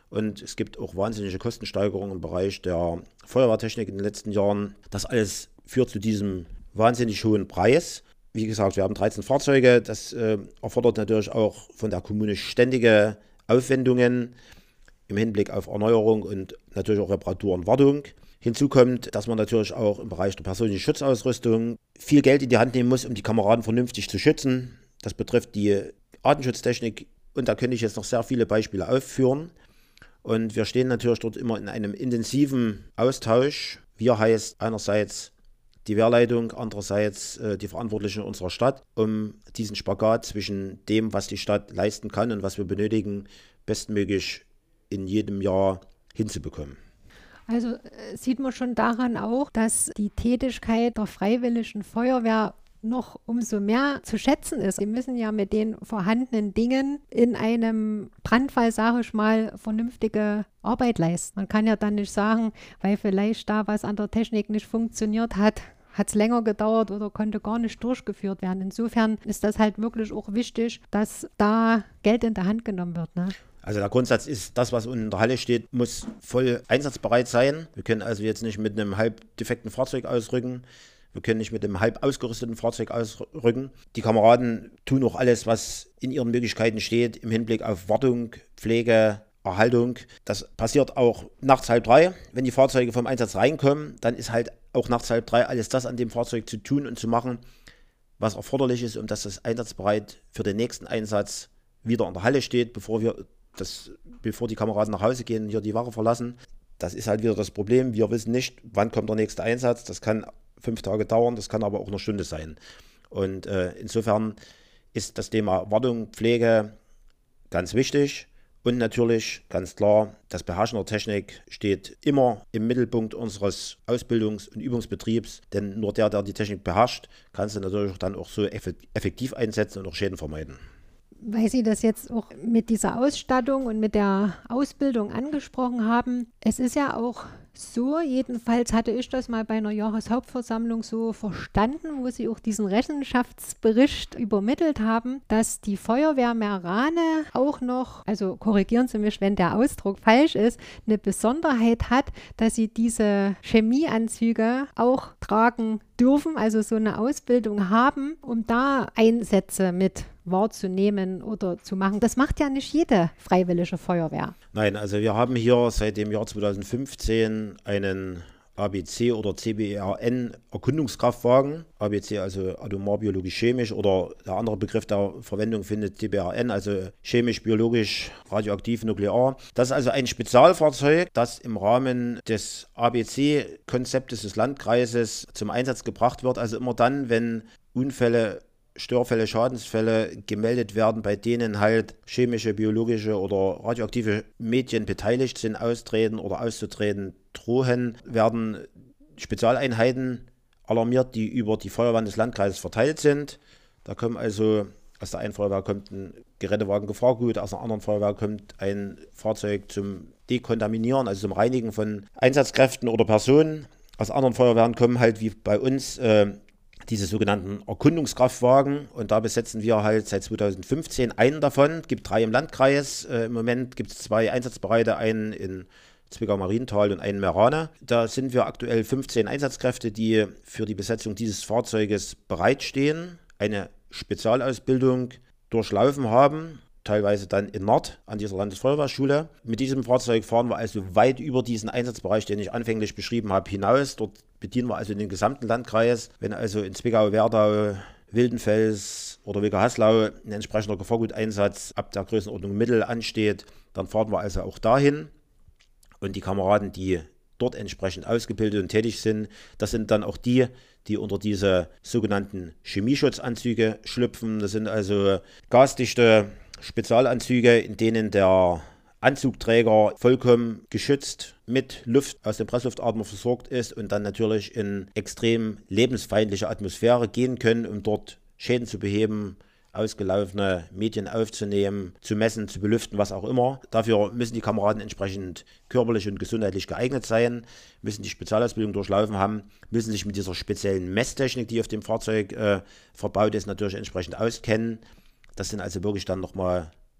Und es gibt auch wahnsinnige Kostensteigerungen im Bereich der Feuerwehrtechnik in den letzten Jahren. Das alles führt zu diesem wahnsinnig hohen Preis. Wie gesagt, wir haben dreizehn Fahrzeuge. Das äh, erfordert natürlich auch von der Kommune ständige Aufwendungen im Hinblick auf Erneuerung und natürlich auch Reparatur und Wartung. Hinzu kommt, dass man natürlich auch im Bereich der persönlichen Schutzausrüstung viel Geld in die Hand nehmen muss, um die Kameraden vernünftig zu schützen. Das betrifft die Artenschutztechnik und da könnte ich jetzt noch sehr viele Beispiele aufführen. Und wir stehen natürlich dort immer in einem intensiven Austausch. Wir heißt einerseits die Wehrleitung, andererseits äh, die Verantwortlichen unserer Stadt, um diesen Spagat zwischen dem, was die Stadt leisten kann und was wir benötigen, bestmöglich in jedem Jahr hinzubekommen. Also äh, sieht man schon daran auch, dass die Tätigkeit der Freiwilligen Feuerwehr noch umso mehr zu schätzen ist. Wir müssen ja mit den vorhandenen Dingen in einem Brandfall, sage ich mal, vernünftige Arbeit leisten. Man kann ja dann nicht sagen, weil vielleicht da was an der Technik nicht funktioniert hat, hat es länger gedauert oder konnte gar nicht durchgeführt werden. Insofern ist das halt wirklich auch wichtig, dass da Geld in der Hand genommen wird, ne? Also der Grundsatz ist, das, was unten in der Halle steht, muss voll einsatzbereit sein. Wir können also jetzt nicht mit einem halb defekten Fahrzeug ausrücken. Wir können nicht mit einem halb ausgerüsteten Fahrzeug ausrücken. Die Kameraden tun auch alles, was in ihren Möglichkeiten steht, im Hinblick auf Wartung, Pflege, Erhaltung. Das passiert auch nachts halb drei. Wenn die Fahrzeuge vom Einsatz reinkommen, dann ist halt auch nachts halb drei alles das an dem Fahrzeug zu tun und zu machen, was erforderlich ist, um dass das einsatzbereit für den nächsten Einsatz wieder in der Halle steht, bevor wir das, bevor die Kameraden nach Hause gehen und hier die Wache verlassen. Das ist halt wieder das Problem. Wir wissen nicht, wann kommt der nächste Einsatz. Das kann fünf Tage dauern, das kann aber auch eine Stunde sein. Und äh, insofern ist das Thema Wartung, Pflege ganz wichtig. Und natürlich, ganz klar, das Beherrschen der Technik steht immer im Mittelpunkt unseres Ausbildungs- und Übungsbetriebs. Denn nur der, der die Technik beherrscht, kannst du natürlich dann auch so effektiv einsetzen und auch Schäden vermeiden. Weil Sie das jetzt auch mit dieser Ausstattung und mit der Ausbildung angesprochen haben, es ist ja auch so, jedenfalls hatte ich das mal bei einer Jahreshauptversammlung so verstanden, wo Sie auch diesen Rechenschaftsbericht übermittelt haben, dass die Feuerwehr Meerane auch noch, also korrigieren Sie mich, wenn der Ausdruck falsch ist, eine Besonderheit hat, dass sie diese Chemieanzüge auch tragen dürfen, also so eine Ausbildung haben, um da Einsätze mit wahrzunehmen oder zu machen. Das macht ja nicht jede freiwillige Feuerwehr. Nein, also wir haben hier seit dem Jahr zweitausendfünfzehn einen A B C oder C B R N Erkundungskraftwagen. A B C also atomar, biologisch, chemisch oder der andere Begriff der Verwendung findet C B R N, also chemisch, biologisch, radioaktiv, nuklear. Das ist also ein Spezialfahrzeug, das im Rahmen des A B C-Konzeptes des Landkreises zum Einsatz gebracht wird. Also immer dann, wenn Unfälle, Störfälle, Schadensfälle gemeldet werden, bei denen halt chemische, biologische oder radioaktive Medien beteiligt sind, austreten oder auszutreten drohen, werden Spezialeinheiten alarmiert, die über die Feuerwehren des Landkreises verteilt sind. Da kommen also, aus der einen Feuerwehr kommt ein Gerätewagen Gefahrgut, aus einer anderen Feuerwehr kommt ein Fahrzeug zum Dekontaminieren, also zum Reinigen von Einsatzkräften oder Personen. Aus anderen Feuerwehren kommen halt wie bei uns äh, diese sogenannten Erkundungskraftwagen und da besetzen wir halt seit zweitausendfünfzehn einen davon. Es gibt drei im Landkreis. Äh, Im Moment gibt es zwei Einsatzbereite, einen in Zwickau-Marienthal und einen in Meerane. Da sind wir aktuell fünfzehn Einsatzkräfte, die für die Besetzung dieses Fahrzeuges bereitstehen, eine Spezialausbildung durchlaufen haben, teilweise dann in Nord an dieser Landesfeuerwehrschule. Mit diesem Fahrzeug fahren wir also weit über diesen Einsatzbereich, den ich anfänglich beschrieben habe, hinaus. Dort bedienen wir also den gesamten Landkreis. Wenn also in Zwickau, Werdau, Wildenfels oder Wilger-Haslau ein entsprechender Gefahrguteinsatz ab der Größenordnung Mittel ansteht, dann fahren wir also auch dahin. Und die Kameraden, die dort entsprechend ausgebildet und tätig sind, das sind dann auch die, die unter diese sogenannten Chemieschutzanzüge schlüpfen. Das sind also gasdichte Spezialanzüge, in denen der Anzugträger vollkommen geschützt mit Luft aus dem Pressluftatmer versorgt ist und dann natürlich in extrem lebensfeindliche Atmosphäre gehen können, um dort Schäden zu beheben, ausgelaufene Medien aufzunehmen, zu messen, zu belüften, was auch immer. Dafür müssen die Kameraden entsprechend körperlich und gesundheitlich geeignet sein, müssen die Spezialausbildung durchlaufen haben, müssen sich mit dieser speziellen Messtechnik, die auf dem Fahrzeug äh, verbaut ist, natürlich entsprechend auskennen. Das sind also wirklich dann nochmal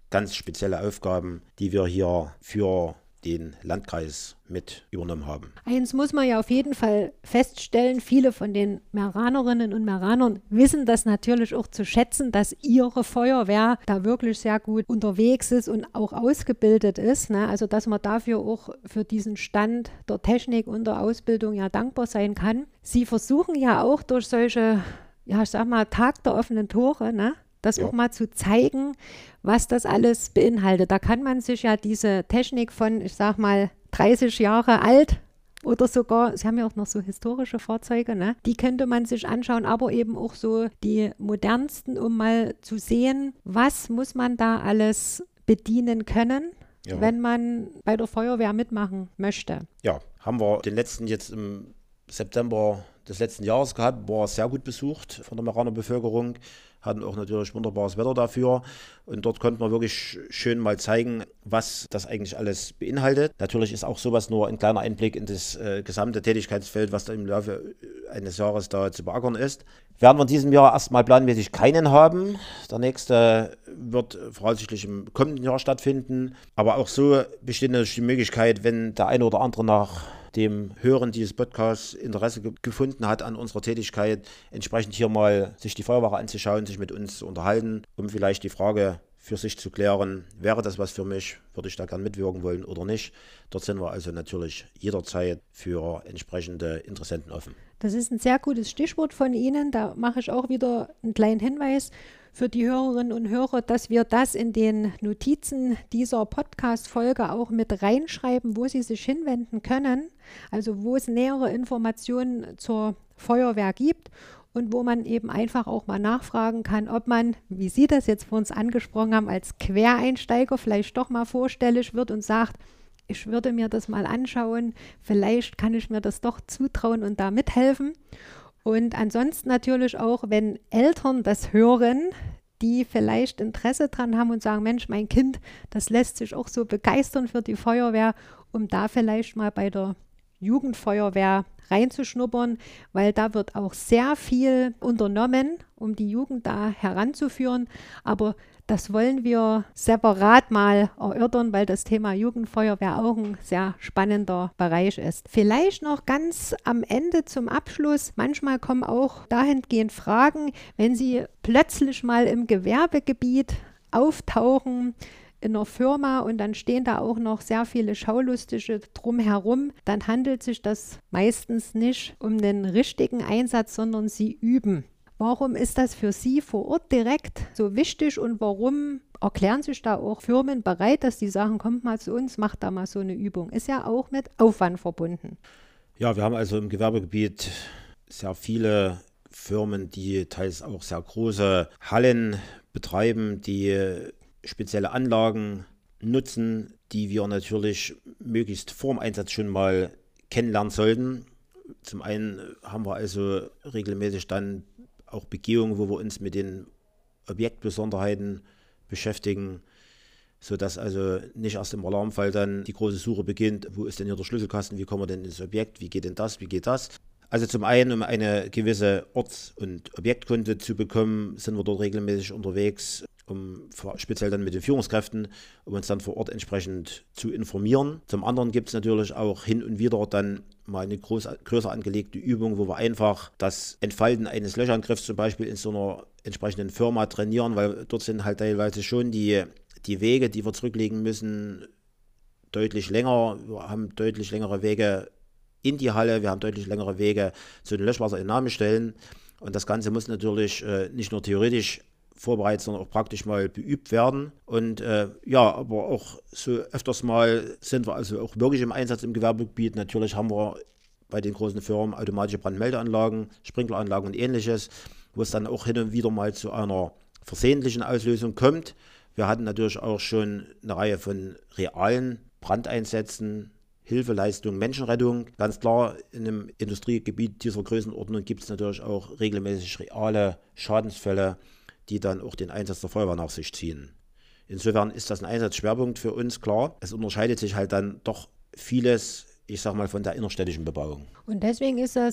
ganz spezielle Aufgaben, die wir hier für den Landkreis mit übernommen haben. Eins muss man ja auf jeden Fall feststellen, viele von den Meranerinnen und Meranern wissen das natürlich auch zu schätzen, dass ihre Feuerwehr da wirklich sehr gut unterwegs ist und auch ausgebildet ist. Ne? Also dass man dafür auch für diesen Stand der Technik und der Ausbildung ja dankbar sein kann. Sie versuchen ja auch durch solche, ja ich sag mal, Tag der offenen Tore, ne? das ja. auch mal zu zeigen, was das alles beinhaltet. Da kann man sich ja diese Technik von, ich sag mal, dreißig Jahre alt oder sogar, sie haben ja auch noch so historische Fahrzeuge, ne? Die könnte man sich anschauen, aber eben auch so die modernsten, um mal zu sehen, was muss man da alles bedienen können, ja. wenn man bei der Feuerwehr mitmachen möchte. Ja, haben wir den letzten jetzt im September des letzten Jahres gehabt, war sehr gut besucht von der Meraner Bevölkerung, hatten auch natürlich wunderbares Wetter dafür und dort konnten wir wirklich schön mal zeigen, was das eigentlich alles beinhaltet. Natürlich ist auch sowas nur ein kleiner Einblick in das äh, gesamte Tätigkeitsfeld, was da im Laufe eines Jahres da zu beackern ist. Werden wir in diesem Jahr erstmal planmäßig keinen haben. Der nächste wird voraussichtlich im kommenden Jahr stattfinden, aber auch so besteht natürlich die Möglichkeit, wenn der eine oder andere nach dem Hören dieses Podcasts Interesse ge- gefunden hat an unserer Tätigkeit, entsprechend hier mal sich die Feuerwache anzuschauen, sich mit uns zu unterhalten, um vielleicht die Frage für sich zu klären, wäre das was für mich, würde ich da gern mitwirken wollen oder nicht. Dort sind wir also natürlich jederzeit für entsprechende Interessenten offen. Das ist ein sehr gutes Stichwort von Ihnen. Da mache ich auch wieder einen kleinen Hinweis für die Hörerinnen und Hörer, dass wir das in den Notizen dieser Podcast-Folge auch mit reinschreiben, wo Sie sich hinwenden können, also wo es nähere Informationen zur Feuerwehr gibt und wo man eben einfach auch mal nachfragen kann, ob man, wie Sie das jetzt vor uns angesprochen haben, als Quereinsteiger vielleicht doch mal vorstellig wird und sagt, ich würde mir das mal anschauen, vielleicht kann ich mir das doch zutrauen und da mithelfen. Und ansonsten natürlich auch, wenn Eltern das hören, die vielleicht Interesse dran haben und sagen, Mensch, mein Kind, das lässt sich auch so begeistern für die Feuerwehr, um da vielleicht mal bei der Jugendfeuerwehr reinzuschnuppern, weil da wird auch sehr viel unternommen, um die Jugend da heranzuführen. Aber das wollen wir separat mal erörtern, weil das Thema Jugendfeuerwehr auch ein sehr spannender Bereich ist. Vielleicht noch ganz am Ende zum Abschluss. Manchmal kommen auch dahingehend Fragen, wenn Sie plötzlich mal im Gewerbegebiet auftauchen, in einer Firma und dann stehen da auch noch sehr viele Schaulustige drumherum, dann handelt sich das meistens nicht um den richtigen Einsatz, sondern Sie üben. Warum ist das für Sie vor Ort direkt so wichtig und warum erklären sich da auch Firmen bereit, dass die sagen, kommt mal zu uns, macht da mal so eine Übung? Ist ja auch mit Aufwand verbunden. Ja, wir haben also im Gewerbegebiet sehr viele Firmen, die teils auch sehr große Hallen betreiben, die spezielle Anlagen nutzen, die wir natürlich möglichst vor dem Einsatz schon mal kennenlernen sollten. Zum einen haben wir also regelmäßig dann auch Begehungen, wo wir uns mit den Objektbesonderheiten beschäftigen, sodass also nicht erst im Alarmfall dann die große Suche beginnt, wo ist denn hier der Schlüsselkasten, wie kommen wir denn ins Objekt, wie geht denn das, wie geht das. Also zum einen, um eine gewisse Orts- und Objektkunde zu bekommen, sind wir dort regelmäßig unterwegs, um speziell dann mit den Führungskräften, um uns dann vor Ort entsprechend zu informieren. Zum anderen gibt es natürlich auch hin und wieder dann mal eine groß, größer angelegte Übung, wo wir einfach das Entfalten eines Löschangriffs zum Beispiel in so einer entsprechenden Firma trainieren, weil dort sind halt teilweise schon die, die Wege, die wir zurücklegen müssen, deutlich länger. Wir haben deutlich längere Wege in die Halle, wir haben deutlich längere Wege zu den Löschwasserentnahmestellen und das Ganze muss natürlich äh, nicht nur theoretisch vorbereitet, sondern auch praktisch mal beübt werden. Und äh, ja, aber auch so öfters mal sind wir also auch wirklich im Einsatz im Gewerbegebiet. Natürlich haben wir bei den großen Firmen automatische Brandmeldeanlagen, Sprinkleranlagen und ähnliches, wo es dann auch hin und wieder mal zu einer versehentlichen Auslösung kommt. Wir hatten natürlich auch schon eine Reihe von realen Brandeinsätzen, Hilfeleistung, Menschenrettung. Ganz klar, in einem Industriegebiet dieser Größenordnung gibt es natürlich auch regelmäßig reale Schadensfälle, die dann auch den Einsatz der Feuerwehr nach sich ziehen. Insofern ist das ein Einsatzschwerpunkt für uns, klar. Es unterscheidet sich halt dann doch vieles, ich sag mal, von der innerstädtischen Bebauung. Und deswegen ist das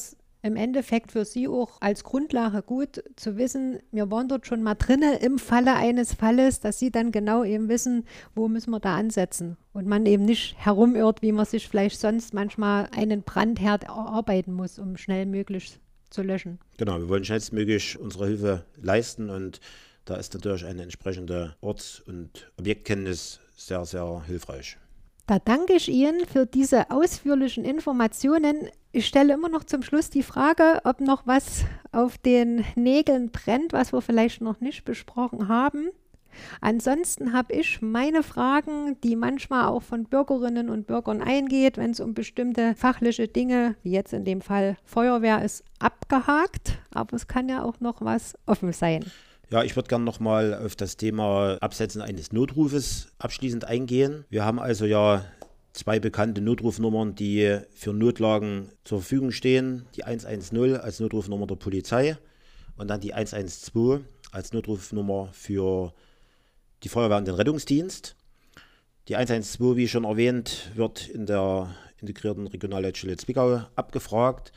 im Endeffekt für Sie auch als Grundlage gut zu wissen, wir waren dort schon mal drinne im Falle eines Falles, dass Sie dann genau eben wissen, wo müssen wir da ansetzen und man eben nicht herumirrt, wie man sich vielleicht sonst manchmal einen Brandherd erarbeiten muss, um schnell möglich zu löschen. Genau, wir wollen schnellstmöglich unsere Hilfe leisten und da ist natürlich eine entsprechende Orts- und Objektkenntnis sehr, sehr hilfreich. Da danke ich Ihnen für diese ausführlichen Informationen. Ich stelle immer noch zum Schluss die Frage, ob noch was auf den Nägeln brennt, was wir vielleicht noch nicht besprochen haben. Ansonsten habe ich meine Fragen, die manchmal auch von Bürgerinnen und Bürgern eingeht, wenn es um bestimmte fachliche Dinge, wie jetzt in dem Fall Feuerwehr ist, abgehakt. Aber es kann ja auch noch was offen sein. Ja, ich würde gerne nochmal auf das Thema Absetzen eines Notrufes abschließend eingehen. Wir haben also ja zwei bekannte Notrufnummern, die für Notlagen zur Verfügung stehen. Die hundertzehn als Notrufnummer der Polizei und dann die hundertzwölf als Notrufnummer für die Feuerwehr und den Rettungsdienst. Die hundertzwölf, wie schon erwähnt, wird in der integrierten Regionalleitstelle Zwickau abgefragt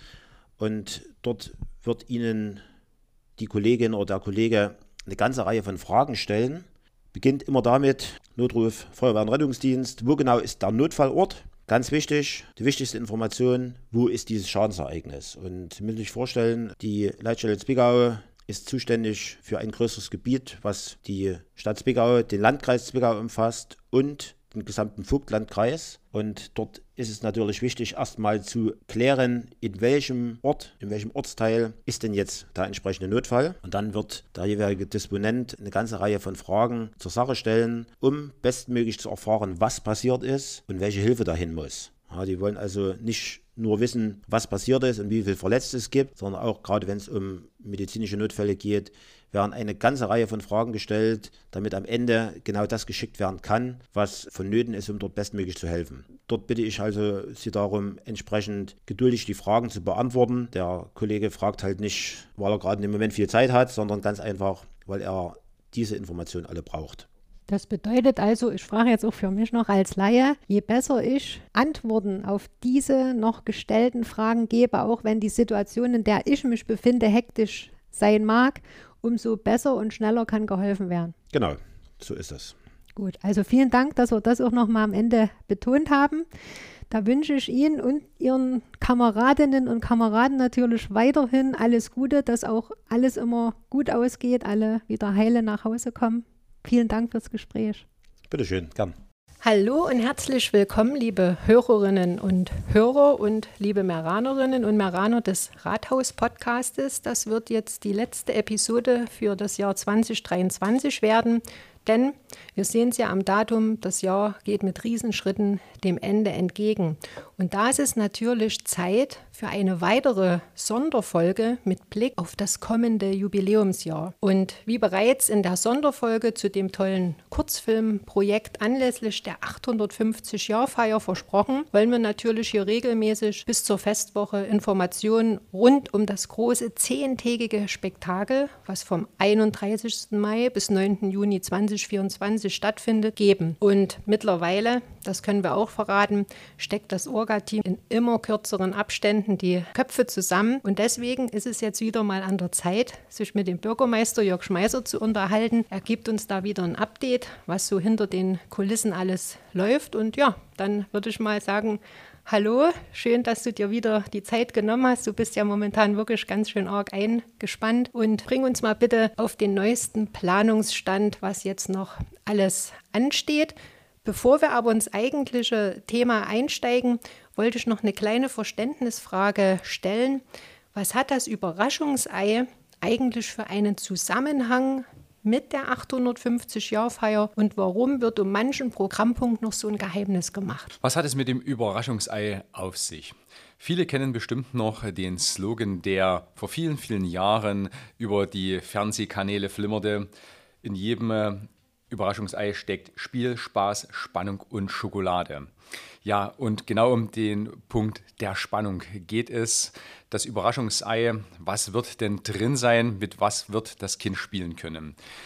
und dort wird Ihnen die Kollegin oder der Kollege eine ganze Reihe von Fragen stellen. Beginnt immer damit, Notruf, Feuerwehr und Rettungsdienst, wo genau ist der Notfallort? Ganz wichtig, die wichtigste Information, wo ist dieses Schadensereignis? Und Sie müssen sich vorstellen, die Leitstelle Zwickau ist zuständig für ein größeres Gebiet, was die Stadt Zwickau, den Landkreis Zwickau umfasst und den gesamten Vogtlandkreis. Und dort ist es natürlich wichtig, erstmal zu klären, in welchem Ort, in welchem Ortsteil ist denn jetzt der entsprechende Notfall. Und dann wird der jeweilige Disponent eine ganze Reihe von Fragen zur Sache stellen, um bestmöglich zu erfahren, was passiert ist und welche Hilfe dahin muss. Ja, die wollen also nicht nur wissen, was passiert ist und wie viele Verletzte es gibt, sondern auch gerade wenn es um medizinische Notfälle geht, werden eine ganze Reihe von Fragen gestellt, damit am Ende genau das geschickt werden kann, was vonnöten ist, um dort bestmöglich zu helfen. Dort bitte ich also Sie darum, entsprechend geduldig die Fragen zu beantworten. Der Kollege fragt halt nicht, weil er gerade im Moment viel Zeit hat, sondern ganz einfach, weil er diese Informationen alle braucht. Das bedeutet also, ich frage jetzt auch für mich noch als Laie, je besser ich Antworten auf diese noch gestellten Fragen gebe, auch wenn die Situation, in der ich mich befinde, hektisch sein mag, umso besser und schneller kann geholfen werden. Genau, so ist es. Gut, also vielen Dank, dass wir das auch noch mal am Ende betont haben. Da wünsche ich Ihnen und Ihren Kameradinnen und Kameraden natürlich weiterhin alles Gute, dass auch alles immer gut ausgeht, alle wieder heile nach Hause kommen. Vielen Dank fürs Gespräch. Bitteschön, gern. Hallo und herzlich willkommen, liebe Hörerinnen und Hörer und liebe Meranerinnen und Meraner des Rathaus-Podcastes. Das wird jetzt die letzte Episode für das Jahr zwanzig dreiundzwanzig werden, denn wir sehen es ja am Datum, das Jahr geht mit Riesenschritten dem Ende entgegen. Und da ist es natürlich Zeit für eine weitere Sonderfolge mit Blick auf das kommende Jubiläumsjahr. Und wie bereits in der Sonderfolge zu dem tollen Kurzfilmprojekt anlässlich der achthundertfünfzig-Jahr-Feier versprochen, wollen wir natürlich hier regelmäßig bis zur Festwoche Informationen rund um das große zehntägige Spektakel, was vom einunddreißigsten Mai bis neunten Juni zweitausendvierundzwanzig stattfindet, geben. Und mittlerweile, das können wir auch verraten, steckt das Orga-Team in immer kürzeren Abständen die Köpfe zusammen. Und deswegen ist es jetzt wieder mal an der Zeit, sich mit dem Bürgermeister Jörg Schmeißer zu unterhalten. Er gibt uns da wieder ein Update, was so hinter den Kulissen alles läuft. Und ja, dann würde ich mal sagen, hallo, schön, dass du dir wieder die Zeit genommen hast. Du bist ja momentan wirklich ganz schön arg eingespannt. Und bring uns mal bitte auf den neuesten Planungsstand, was jetzt noch alles ansteht. Bevor wir aber ins eigentliche Thema einsteigen, wollte ich noch eine kleine Verständnisfrage stellen. Was hat das Überraschungsei eigentlich für einen Zusammenhang mit der achthundertfünfzig-Jahr-Feier und warum wird um manchen Programmpunkt noch so ein Geheimnis gemacht? Was hat es mit dem Überraschungsei auf sich? Viele kennen bestimmt noch den Slogan, der vor vielen, vielen Jahren über die Fernsehkanäle flimmerte. In jedem Überraschungsei steckt Spiel, Spaß, Spannung und Schokolade. Ja, und genau um den Punkt der Spannung geht es. Das Überraschungsei, was wird denn drin sein, mit was wird das Kind spielen können?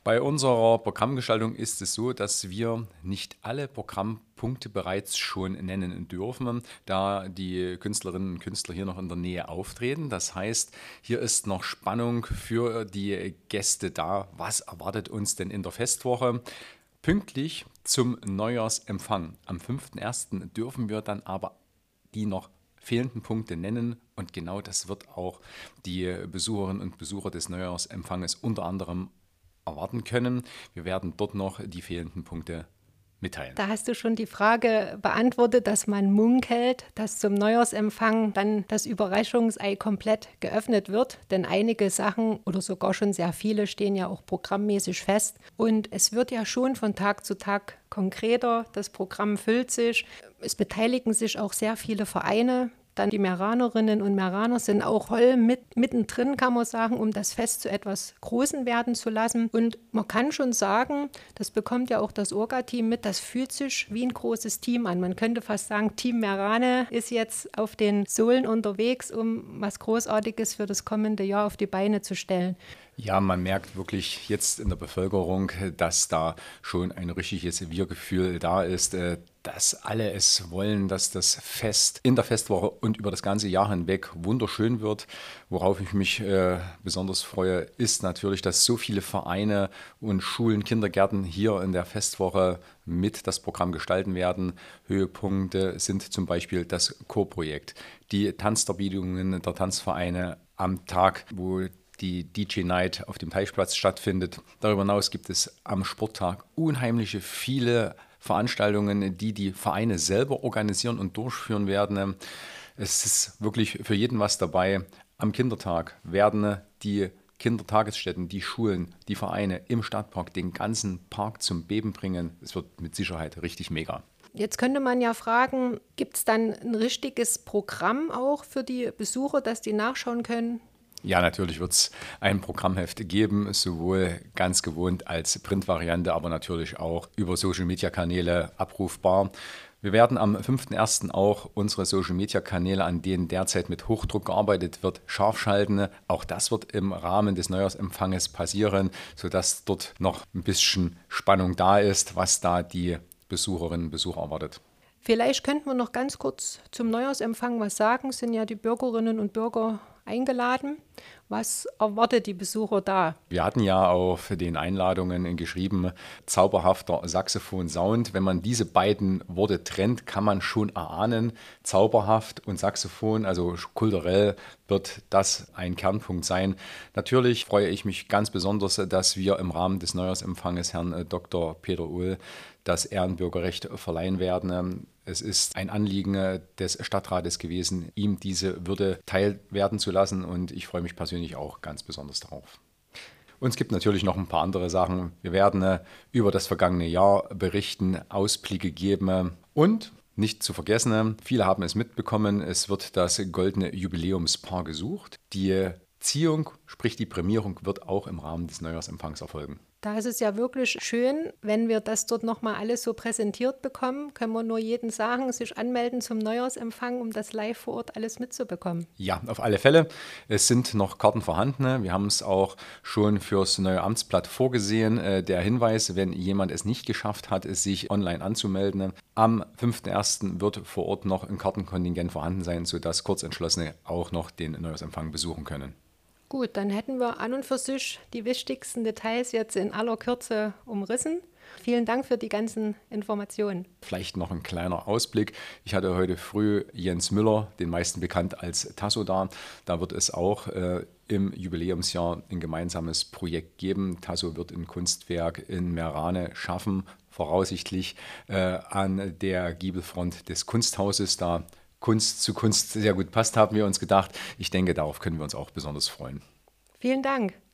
Bei unserer Programmgestaltung ist es so, dass wir nicht alle Programmpunkte bereits schon nennen dürfen, da die Künstlerinnen und Künstler hier noch in der Nähe auftreten. Das heißt, hier ist noch Spannung für die Gäste da. Was erwartet uns denn in der Festwoche? Pünktlich zum Neujahrsempfang am fünften ersten dürfen wir dann aber die noch fehlenden Punkte nennen, und genau das wird auch die Besucherinnen und Besucher des Neujahrsempfanges unter anderem erwarten können. Wir werden dort noch die fehlenden Punkte mitteilen. Da hast du schon die Frage beantwortet, dass man munkelt, dass zum Neujahrsempfang dann das Überraschungsei komplett geöffnet wird. Denn einige Sachen oder sogar schon sehr viele stehen ja auch programmmäßig fest. Und es wird ja schon von Tag zu Tag konkreter. Das Programm füllt sich. Es beteiligen sich auch sehr viele Vereine. Dann die Meranerinnen und Meraner sind auch voll mit, mittendrin, kann man sagen, um das Fest zu etwas Großen werden zu lassen. Und man kann schon sagen, das bekommt ja auch das Orga-Team mit, das fühlt sich wie ein großes Team an. Man könnte fast sagen, Team Merane ist jetzt auf den Sohlen unterwegs, um was Großartiges für das kommende Jahr auf die Beine zu stellen. Ja, man merkt wirklich jetzt in der Bevölkerung, dass da schon ein richtiges Wir-Gefühl da ist, dass alle es wollen, dass das Fest in der Festwoche und über das ganze Jahr hinweg wunderschön wird. Worauf ich mich äh, besonders freue, ist natürlich, dass so viele Vereine und Schulen, Kindergärten hier in der Festwoche mit das Programm gestalten werden. Höhepunkte sind zum Beispiel das Chorprojekt, die Tanzdarbietungen der Tanzvereine am Tag, wo die D J-Night auf dem Teichplatz stattfindet. Darüber hinaus gibt es am Sporttag unheimliche viele Veranstaltungen, die die Vereine selber organisieren und durchführen werden. Es ist wirklich für jeden was dabei. Am Kindertag werden die Kindertagesstätten, die Schulen, die Vereine im Stadtpark den ganzen Park zum Beben bringen. Es wird mit Sicherheit richtig mega. Jetzt könnte man ja fragen, gibt es dann ein richtiges Programm auch für die Besucher, dass die nachschauen können? Ja, natürlich wird es ein Programmheft geben, sowohl ganz gewohnt als Printvariante, aber natürlich auch über Social-Media-Kanäle abrufbar. Wir werden am fünften ersten auch unsere Social-Media-Kanäle, an denen derzeit mit Hochdruck gearbeitet wird, scharf schalten. Auch das wird im Rahmen des Neujahrsempfanges passieren, sodass dort noch ein bisschen Spannung da ist, was da die Besucherinnen und Besucher erwartet. Vielleicht könnten wir noch ganz kurz zum Neujahrsempfang was sagen. Es sind ja die Bürgerinnen und Bürger eingeladen. Was erwartet die Besucher da? Wir hatten ja auf den Einladungen geschrieben, zauberhafter Saxophon-Sound. Wenn man diese beiden Worte trennt, kann man schon erahnen, zauberhaft und Saxophon, also kulturell wird das ein Kernpunkt sein. Natürlich freue ich mich ganz besonders, dass wir im Rahmen des Neujahrsempfanges Herrn Doktor Peter Uhl das Ehrenbürgerrecht verleihen werden. Es ist ein Anliegen des Stadtrates gewesen, ihm diese Würde teilwerden zu lassen, und ich freue mich persönlich auch ganz besonders darauf. Und es gibt natürlich noch ein paar andere Sachen. Wir werden über das vergangene Jahr berichten, Ausblicke geben und nicht zu vergessen, viele haben es mitbekommen, es wird das goldene Jubiläumspaar gesucht. Die Ziehung, sprich die Prämierung, wird auch im Rahmen des Neujahrsempfangs erfolgen. Da ist es ja wirklich schön, wenn wir das dort nochmal alles so präsentiert bekommen, können wir nur jedem sagen, sich anmelden zum Neujahrsempfang, um das live vor Ort alles mitzubekommen. Ja, auf alle Fälle. Es sind noch Karten vorhanden. Wir haben es auch schon fürs neue Amtsblatt vorgesehen. Der Hinweis, wenn jemand es nicht geschafft hat, sich online anzumelden. Am fünften ersten wird vor Ort noch ein Kartenkontingent vorhanden sein, sodass Kurzentschlossene auch noch den Neujahrsempfang besuchen können. Gut, dann hätten wir an und für sich die wichtigsten Details jetzt in aller Kürze umrissen. Vielen Dank für die ganzen Informationen. Vielleicht noch ein kleiner Ausblick. Ich hatte heute früh Jens Müller, den meisten bekannt als Tasso, da. Da wird es auch äh, im Jubiläumsjahr ein gemeinsames Projekt geben. Tasso wird ein Kunstwerk in Merane schaffen, voraussichtlich äh, an der Giebelfront des Kunsthauses, da Kunst zu Kunst sehr gut passt, haben wir uns gedacht. Ich denke, darauf können wir uns auch besonders freuen. Vielen Dank.